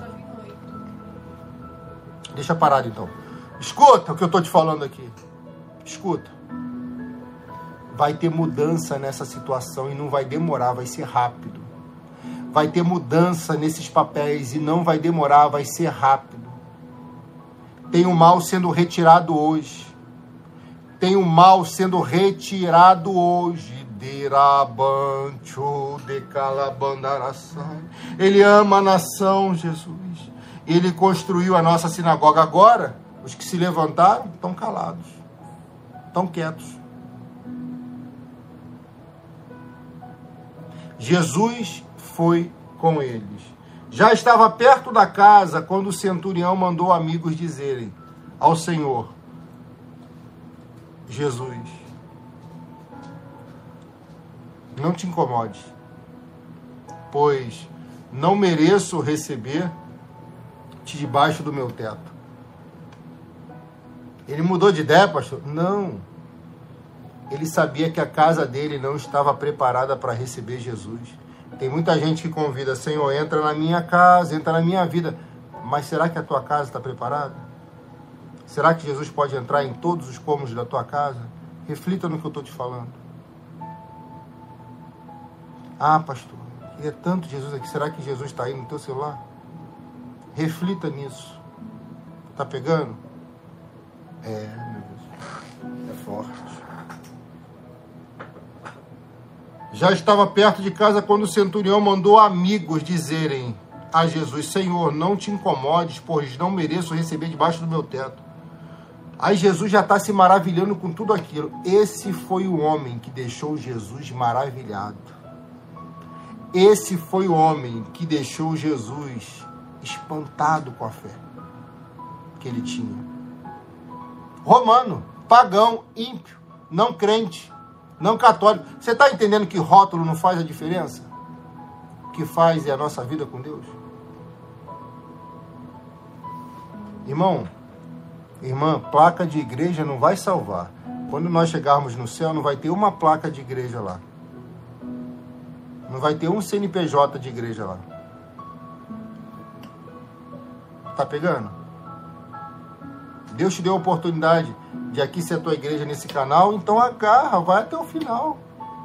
B: Deixa parado, então. Escuta o que eu estou te falando aqui. Escuta. Vai ter mudança nessa situação e não vai demorar, vai ser rápido. Vai ter mudança nesses papéis e não vai demorar, vai ser rápido. Tem o mal sendo retirado hoje. Tem o mal sendo retirado hoje. Ele ama a nação, Jesus. Ele construiu a nossa sinagoga. Agora, os que se levantaram estão calados, estão quietos. Jesus foi com eles. Já estava perto da casa quando o centurião mandou amigos dizerem ao Senhor: Jesus, não te incomode, pois não mereço receber-te debaixo do meu teto. Ele mudou de ideia, pastor? Não. Ele sabia que a casa dele não estava preparada para receber Jesus. Tem muita gente que convida: Senhor, entra na minha casa, entra na minha vida. Mas será que a tua casa está preparada? Será que Jesus pode entrar em todos os cômodos da tua casa? Reflita no que eu estou te falando. Ah, pastor, é tanto Jesus aqui. Será que Jesus está aí no teu celular? Reflita nisso. Tá pegando? Meu Deus. É forte. Já estava perto de casa quando o centurião mandou amigos dizerem a Jesus: Senhor, não te incomodes, pois não mereço receber debaixo do meu teto. Aí Jesus já está se maravilhando com tudo aquilo. Esse foi o homem que deixou Jesus maravilhado. Esse foi o homem que deixou Jesus espantado com a fé que ele tinha. Romano, pagão, ímpio, não crente, não católico. Você está entendendo que rótulo não faz a diferença? O que faz é a nossa vida com Deus. Irmão, irmã, placa de igreja não vai salvar. Quando nós chegarmos no céu, não vai ter uma placa de igreja lá. Não vai ter um CNPJ de igreja lá. Tá pegando? Deus te deu a oportunidade de aqui ser a tua igreja nesse canal, então agarra, vai até o final.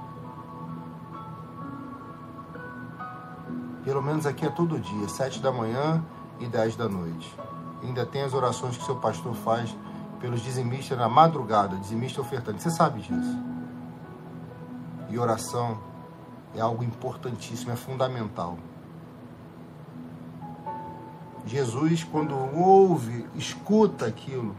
B: Pelo menos aqui é todo dia, 7 da manhã e 10 da noite. Ainda tem as orações que seu pastor faz pelos dizimistas na madrugada, dizimista ofertante. Você sabe disso. E oração é algo importantíssimo, é fundamental. Jesus, quando ouve, escuta aquilo,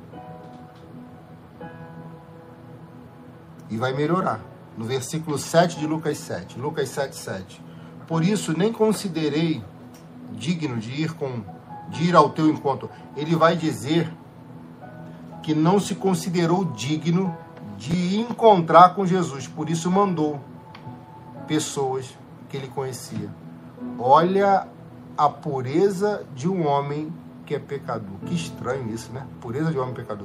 B: e vai melhorar. No versículo 7 de Lucas 7. Lucas 7, 7. Por isso, nem considerei digno de ir ao teu encontro. Ele vai dizer que não se considerou digno de encontrar com Jesus. Por isso, mandou pessoas que ele conhecia. Olha a pureza de um homem que é pecador. Que estranho isso, né? Pureza de um homem pecador.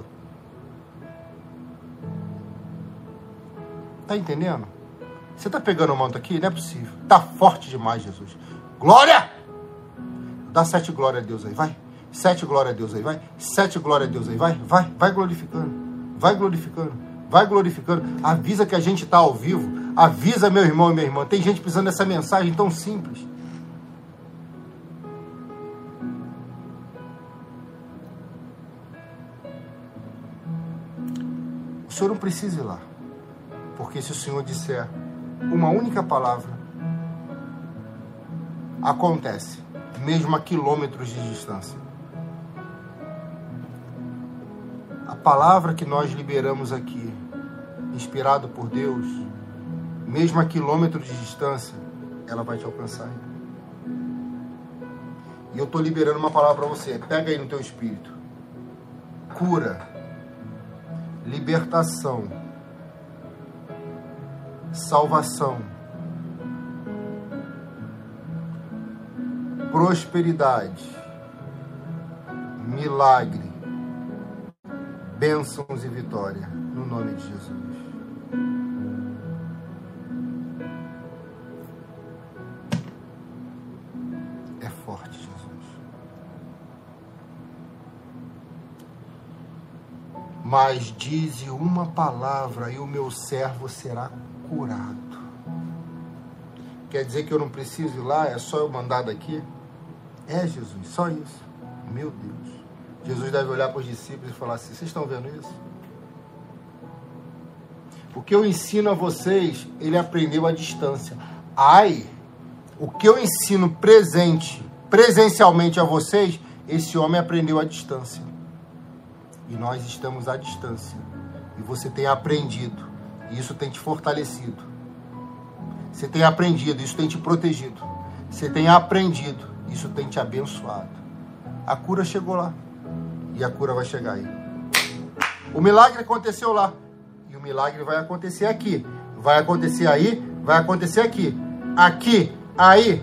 B: Tá entendendo? Você tá pegando o manto aqui? Não é possível. Tá forte demais, Jesus. Glória! Dá 7 glória a Deus aí, vai. 7 glória a Deus aí, vai. 7 glória a Deus aí, vai. Vai glorificando. Vai glorificando. Vai glorificando. Avisa que a gente tá ao vivo. Avisa meu irmão e minha irmã. Tem gente precisando dessa mensagem tão simples. O senhor não precisa ir lá. Porque se o Senhor disser uma única palavra, acontece, mesmo a quilômetros de distância. A palavra que nós liberamos aqui, inspirado por Deus, mesmo a quilômetros de distância, ela vai te alcançar. E eu estou liberando uma palavra para você. Pega aí no teu espírito. Cura, libertação, salvação, prosperidade, milagre, bênçãos e vitória, no nome de Jesus. É forte, Jesus. Mas dize uma palavra e o meu servo será curado. Quer dizer que eu não preciso ir lá? É só eu mandar daqui? É, Jesus, só isso. Meu Deus. Jesus deve olhar para os discípulos e falar assim: vocês estão vendo isso? O que eu ensino a vocês, ele aprendeu à distância. Ai, o que eu ensino presencialmente a vocês, esse homem aprendeu à distância. E nós estamos à distância. E você tem aprendido. E isso tem te fortalecido. Você tem aprendido, isso tem te protegido. Você tem aprendido, isso tem te abençoado. A cura chegou lá. E a cura vai chegar aí. O milagre aconteceu lá. E o milagre vai acontecer aqui. Vai acontecer aí, vai acontecer aqui. Aqui, aí.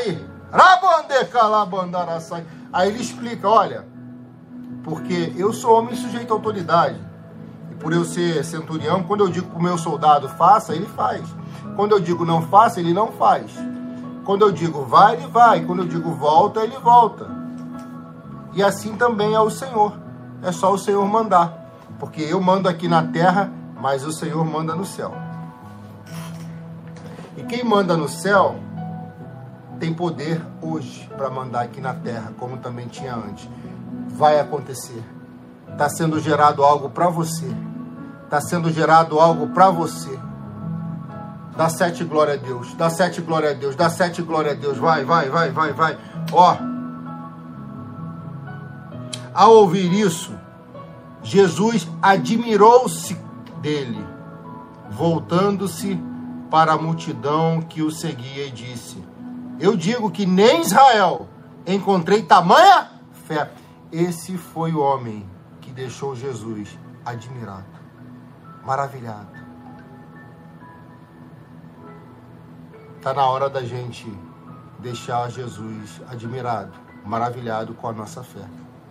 B: Aí ele explica, olha, porque eu sou homem sujeito à autoridade. E por eu ser centurião, quando eu digo para o meu soldado faça, ele faz. Quando eu digo não faça, ele não faz. Quando eu digo vai, ele vai. Quando eu digo volta, ele volta. E assim também é o Senhor. É só o Senhor mandar. Porque eu mando aqui na terra, mas o Senhor manda no céu. E quem manda no céu tem poder hoje para mandar aqui na terra, como também tinha antes. Vai acontecer. Está sendo gerado algo para você. Está sendo gerado algo para você. Dá 7 glória a Deus. Dá 7 glória a Deus. Dá 7 glória a Deus. Vai. Ó. Ao ouvir isso, Jesus admirou-se dele, voltando-se para a multidão que o seguia e disse: eu digo que nem em Israel encontrei tamanha fé. Esse foi o homem que deixou Jesus admirado, maravilhado. Está na hora da gente deixar Jesus admirado, maravilhado com a nossa fé.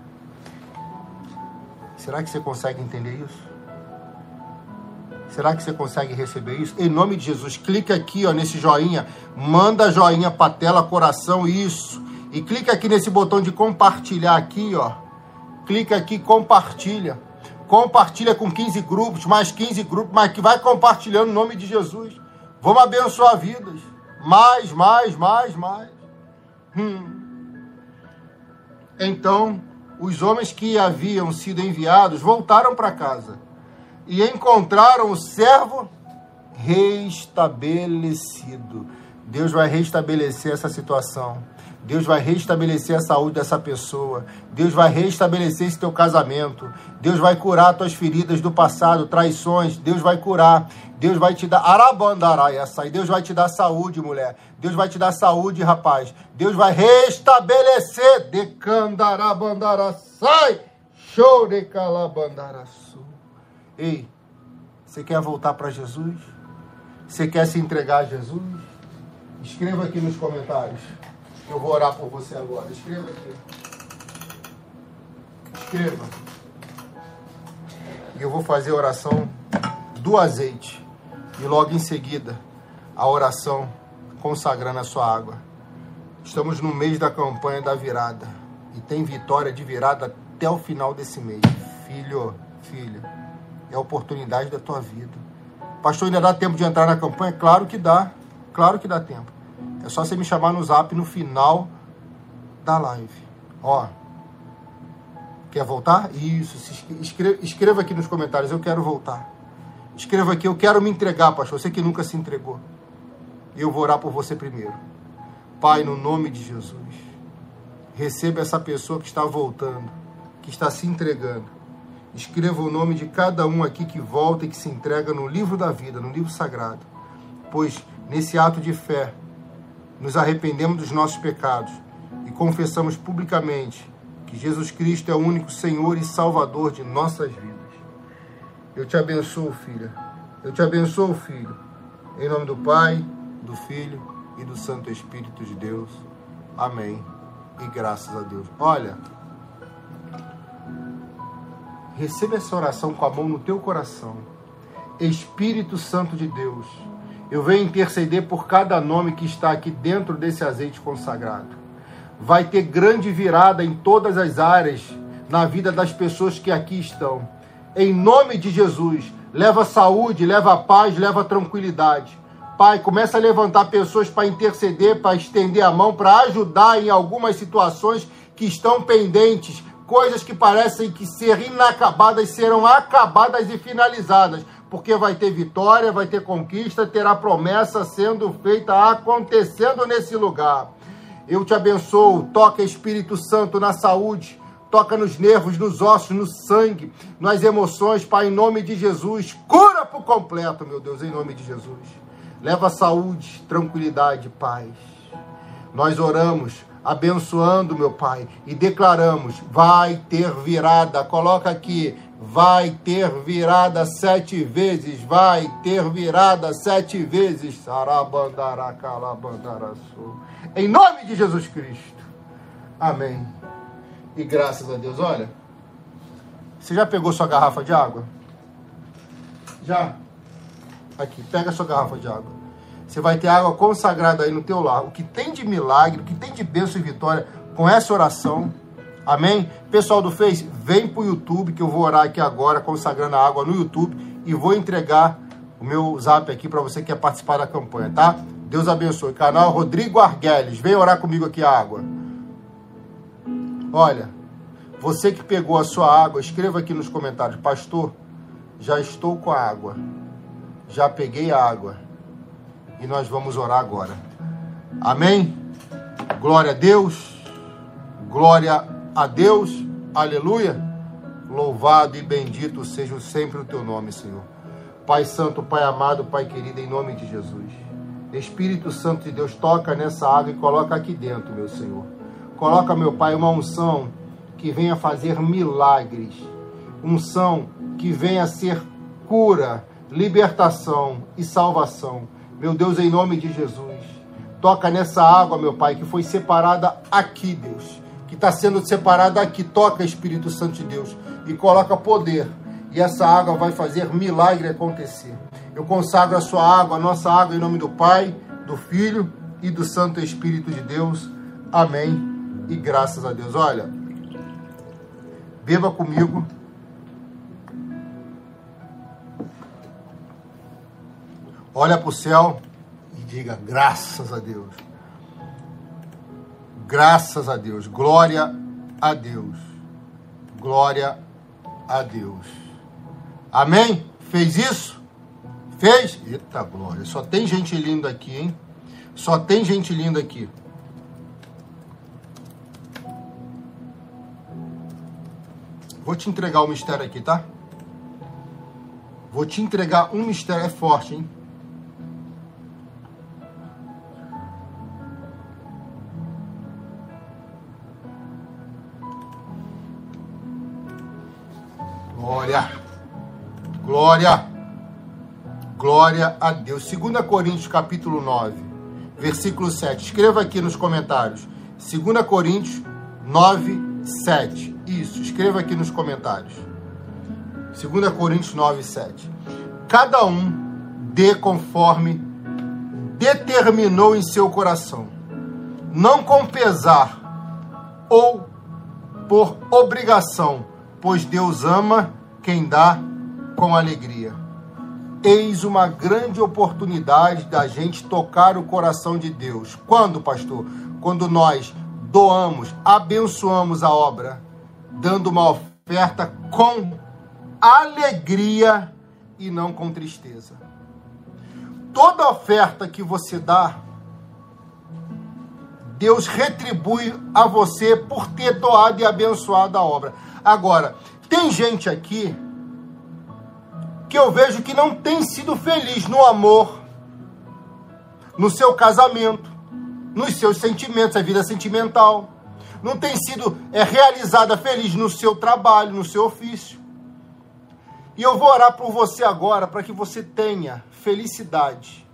B: Será que você consegue entender isso? Será que você consegue receber isso? Em nome de Jesus, clica aqui, ó, nesse joinha, manda joinha para a tela, coração, isso. E clica aqui nesse botão de compartilhar aqui, ó. Clica aqui, compartilha. Compartilha com 15 grupos, mais 15 grupos, mas que vai compartilhando em nome de Jesus. Vamos abençoar vidas. Mais. Então, os homens que haviam sido enviados voltaram para casa e encontraram o servo restabelecido. Deus vai restabelecer essa situação. Deus vai restabelecer a saúde dessa pessoa. Deus vai restabelecer esse teu casamento. Deus vai curar tuas feridas do passado, traições. Deus vai curar. Deus vai te dar arabandaraiaçai. Deus vai te dar saúde, mulher. Deus vai te dar saúde, rapaz. Deus vai restabelecer. Decandarabandarasai. Chorecalabandaraçu. Ei, você quer voltar para Jesus? Você quer se entregar a Jesus? Escreva aqui nos comentários. Eu vou orar por você agora. Escreva aqui. Escreva. E eu vou fazer a oração do azeite. E logo em seguida, a oração consagrando a sua água. Estamos no mês da campanha da virada. E tem vitória de virada até o final desse mês. Filho, filha, é a oportunidade da tua vida. Pastor, ainda dá tempo de entrar na campanha? Claro que dá. Claro que dá tempo. É só você me chamar no zap no final da live. Ó. Quer voltar? Isso. Escreva aqui nos comentários. Eu quero voltar. Escreva aqui. Eu quero me entregar, pastor. Você que nunca se entregou. E eu vou orar por você primeiro. Pai, no nome de Jesus. Receba essa pessoa que está voltando. Que está se entregando. Escreva o nome de cada um aqui que volta e que se entrega no livro da vida, no livro sagrado. Pois nesse ato de fé, nos arrependemos dos nossos pecados e confessamos publicamente que Jesus Cristo é o único Senhor e Salvador de nossas vidas. Eu te abençoo, filha. Eu te abençoo, filho. Em nome do Pai, do Filho e do Santo Espírito de Deus. Amém. E graças a Deus. Olha, receba essa oração com a mão no teu coração. Espírito Santo de Deus, eu venho interceder por cada nome que está aqui dentro desse azeite consagrado. Vai ter grande virada em todas as áreas na vida das pessoas que aqui estão. Em nome de Jesus, leva saúde, leva paz, leva tranquilidade. Pai, começa a levantar pessoas para interceder, para estender a mão, para ajudar em algumas situações que estão pendentes. Coisas que parecem que ser inacabadas serão acabadas e finalizadas. Porque vai ter vitória, vai ter conquista, terá promessa sendo feita, acontecendo nesse lugar. Eu te abençoo, toca Espírito Santo na saúde, toca nos nervos, nos ossos, no sangue, nas emoções, Pai, em nome de Jesus. Cura por completo, meu Deus, em nome de Jesus. Leva saúde, tranquilidade, paz. Nós oramos, abençoando, meu Pai, e declaramos, vai ter virada. Coloca aqui, vai ter virada 7 vezes, vai ter virada 7 vezes. Em nome de Jesus Cristo. Amém. E graças a Deus. Olha, você já pegou sua garrafa de água? Já? Aqui, pega a sua garrafa de água. Você vai ter água consagrada aí no teu lar. O que tem de milagre, o que tem de bênção e vitória com essa oração. Amém? Pessoal do Face, vem pro YouTube que eu vou orar aqui agora, consagrando a água no YouTube. E vou entregar o meu zap aqui para você que quer participar da campanha, tá? Deus abençoe. Canal Rodrigo Arguelles. Vem orar comigo aqui a água. Olha, você que pegou a sua água, escreva aqui nos comentários. Pastor, já estou com a água, já peguei a água e nós vamos orar agora. Amém? Glória a Deus, glória a Deus, aleluia. Louvado e bendito seja sempre o teu nome, Senhor. Pai santo, Pai amado, Pai querido, em nome de Jesus. Espírito Santo de Deus, toca nessa água e coloca aqui dentro, meu Senhor. Coloca, meu Pai, uma unção que venha fazer milagres. Unção que venha ser cura, libertação e salvação. Meu Deus, em nome de Jesus. Toca nessa água, meu Pai, que foi separada aqui, Deus. Que está sendo separada aqui. Toca, Espírito Santo de Deus. E coloca poder. E essa água vai fazer milagre acontecer. Eu consagro a sua água, a nossa água, em nome do Pai, do Filho e do Santo Espírito de Deus. Amém. E graças a Deus. Olha, beba comigo. Olha para o céu e diga graças a Deus. Graças a Deus. Glória a Deus. Glória a Deus. Amém? Fez isso? Fez? Eita glória. Só tem gente linda aqui, hein? Só tem gente linda aqui. Vou te entregar um mistério aqui, tá? Vou te entregar um mistério. É forte, hein? Glória. Glória. Glória a Deus. 2 Coríntios, capítulo 9, versículo 7. Escreva aqui nos comentários. 2 Coríntios 9, 7. Isso, escreva aqui nos comentários. 2 Coríntios 9, 7. Cada um dê conforme determinou em seu coração, não com pesar ou por obrigação, pois Deus ama quem dá com alegria. Eis uma grande oportunidade da gente tocar o coração de Deus. Quando, pastor? Quando nós doamos, abençoamos a obra, dando uma oferta com alegria e não com tristeza. Toda oferta que você dá, Deus retribui a você por ter doado e abençoado a obra. Agora, tem gente aqui que eu vejo que não tem sido feliz no amor, no seu casamento, nos seus sentimentos, a vida sentimental. Não tem sido realizada feliz no seu trabalho, no seu ofício. E eu vou orar por você agora para que você tenha felicidade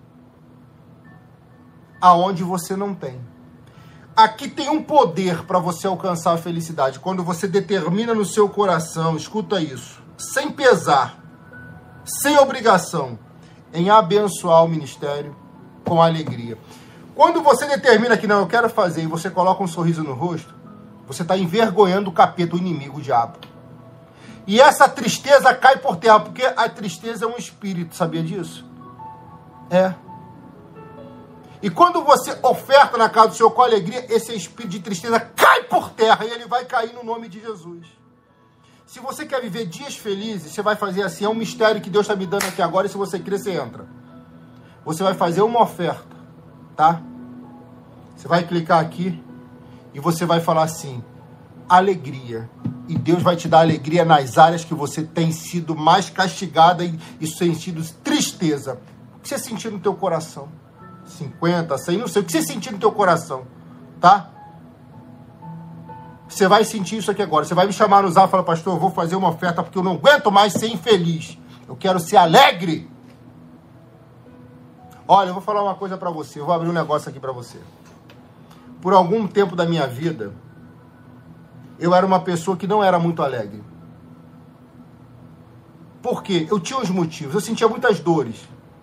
B: aonde você não tem. Aqui tem um poder para você alcançar a felicidade. Quando você determina no seu coração, escuta isso, sem pesar, sem obrigação, em abençoar o ministério com alegria. Quando você determina que não, eu quero fazer, e você coloca um sorriso no rosto, você está envergonhando o capeta, o inimigo, o diabo. E essa tristeza cai por terra, porque a tristeza é um espírito, sabia disso? É. E quando você oferta na casa do Senhor com alegria, esse espírito de tristeza cai por terra e ele vai cair no nome de Jesus. Se você quer viver dias felizes, você vai fazer assim, é um mistério que Deus está me dando aqui agora, e se você crer, você entra. Você vai fazer uma oferta, tá? Você vai clicar aqui e você vai falar assim, alegria. E Deus vai te dar alegria nas áreas que você tem sido mais castigada e sentido tristeza. O que você sentir no teu coração? 50, 100, não sei. O que você sentir no teu coração, tá? Você vai sentir isso aqui agora. Você vai me chamar no zap e falar, pastor, eu vou fazer uma oferta porque eu não aguento mais ser infeliz. Eu quero ser alegre. Olha, eu vou falar uma coisa para você. Eu vou abrir um negócio aqui para você. Por algum tempo da minha vida, eu era uma pessoa que não era muito alegre. Por quê? Eu tinha uns motivos. Eu sentia muitas dores.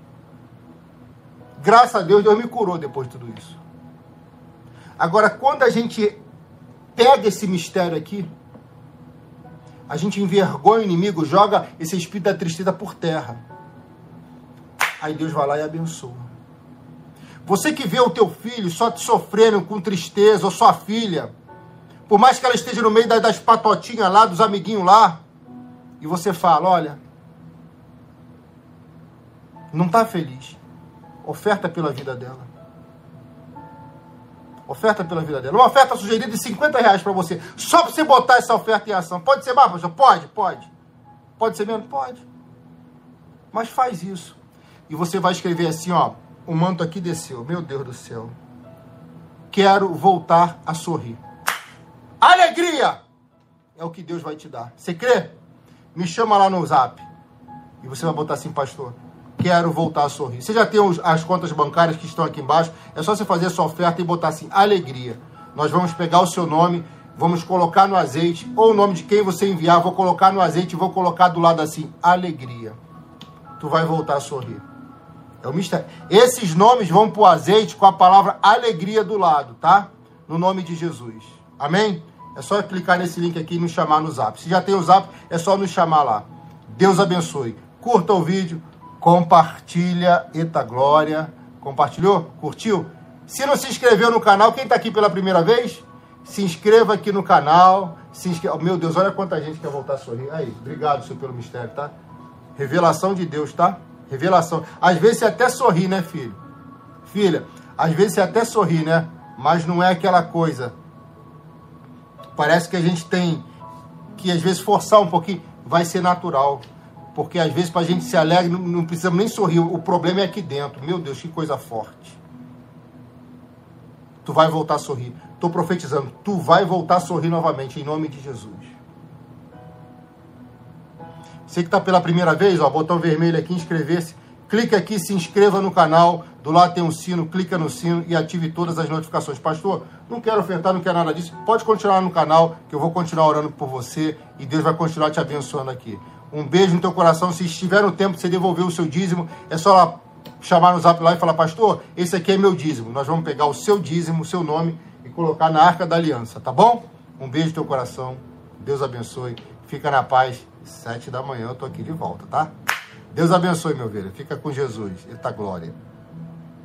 B: Graças a Deus, Deus me curou depois de tudo isso. Agora, quando a gente pega esse mistério aqui, a gente envergonha o inimigo, joga esse espírito da tristeza por terra. Aí Deus vai lá e abençoa. Você que vê o teu filho só te sofrendo com tristeza, ou sua filha, por mais que ela esteja no meio das patotinhas lá, dos amiguinhos lá, e você fala, olha, Não está feliz. Oferta pela vida dela. Oferta pela vida dela. Uma oferta sugerida de R$50 para você. Só para você botar essa oferta em ação. Pode ser mais, pastor? Pode. Pode ser menos? Pode. Mas faz isso. E você vai escrever assim, ó. O manto aqui desceu. Meu Deus do céu. Quero voltar a sorrir. Alegria! É o que Deus vai te dar. Você crê? Me chama lá no Zap. E você vai botar assim, pastor. Quero voltar a sorrir. Você já tem as contas bancárias que estão aqui embaixo. É só você fazer a sua oferta e botar assim, alegria. Nós vamos pegar o seu nome, vamos colocar no azeite, ou o nome de quem você enviar, vou colocar no azeite e vou colocar do lado assim, alegria. Tu vai voltar a sorrir. É um mistério. Esses nomes vão para o azeite com a palavra alegria do lado, tá? No nome de Jesus. Amém? É só clicar nesse link aqui e nos chamar no Zap. Se já tem o Zap, é só nos chamar lá. Deus abençoe. Curta o vídeo. Compartilha, eita glória. Compartilhou? Curtiu? Se não se inscreveu no canal, quem está aqui pela primeira vez, se inscreva aqui no canal. Meu Deus, olha quanta gente quer voltar a sorrir. Aí, obrigado, Senhor, pelo mistério, tá? Revelação de Deus, tá? Revelação. Às vezes você até sorri, né, filho? Filha, às vezes você até sorri, né? Mas não é aquela coisa. Parece que a gente tem que, às vezes, forçar um pouquinho. Vai ser natural. Porque, às vezes, para a gente se alegre, não precisamos nem sorrir. O problema é aqui dentro. Meu Deus, que coisa forte. Tu vai voltar a sorrir. Estou profetizando. Tu vai voltar a sorrir novamente, em nome de Jesus. Você que está pela primeira vez, ó, botão vermelho aqui, inscrever-se. Clica aqui, se inscreva no canal. Do lado tem um sino, clica no sino e ative todas as notificações. Pastor, não quero ofertar, não quero nada disso. Pode continuar no canal, que eu vou continuar orando por você e Deus vai continuar te abençoando aqui. Um beijo no teu coração. Se estiver no tempo de você devolver o seu dízimo, é só lá chamar no Zap lá e falar, pastor, esse aqui é meu dízimo. Nós vamos pegar o seu dízimo, o seu nome e colocar na Arca da Aliança, tá bom? Um beijo no teu coração. Deus abençoe. Fica na paz. 7 da manhã eu tô aqui de volta, tá? Deus abençoe, meu velho. Fica com Jesus. Eita glória.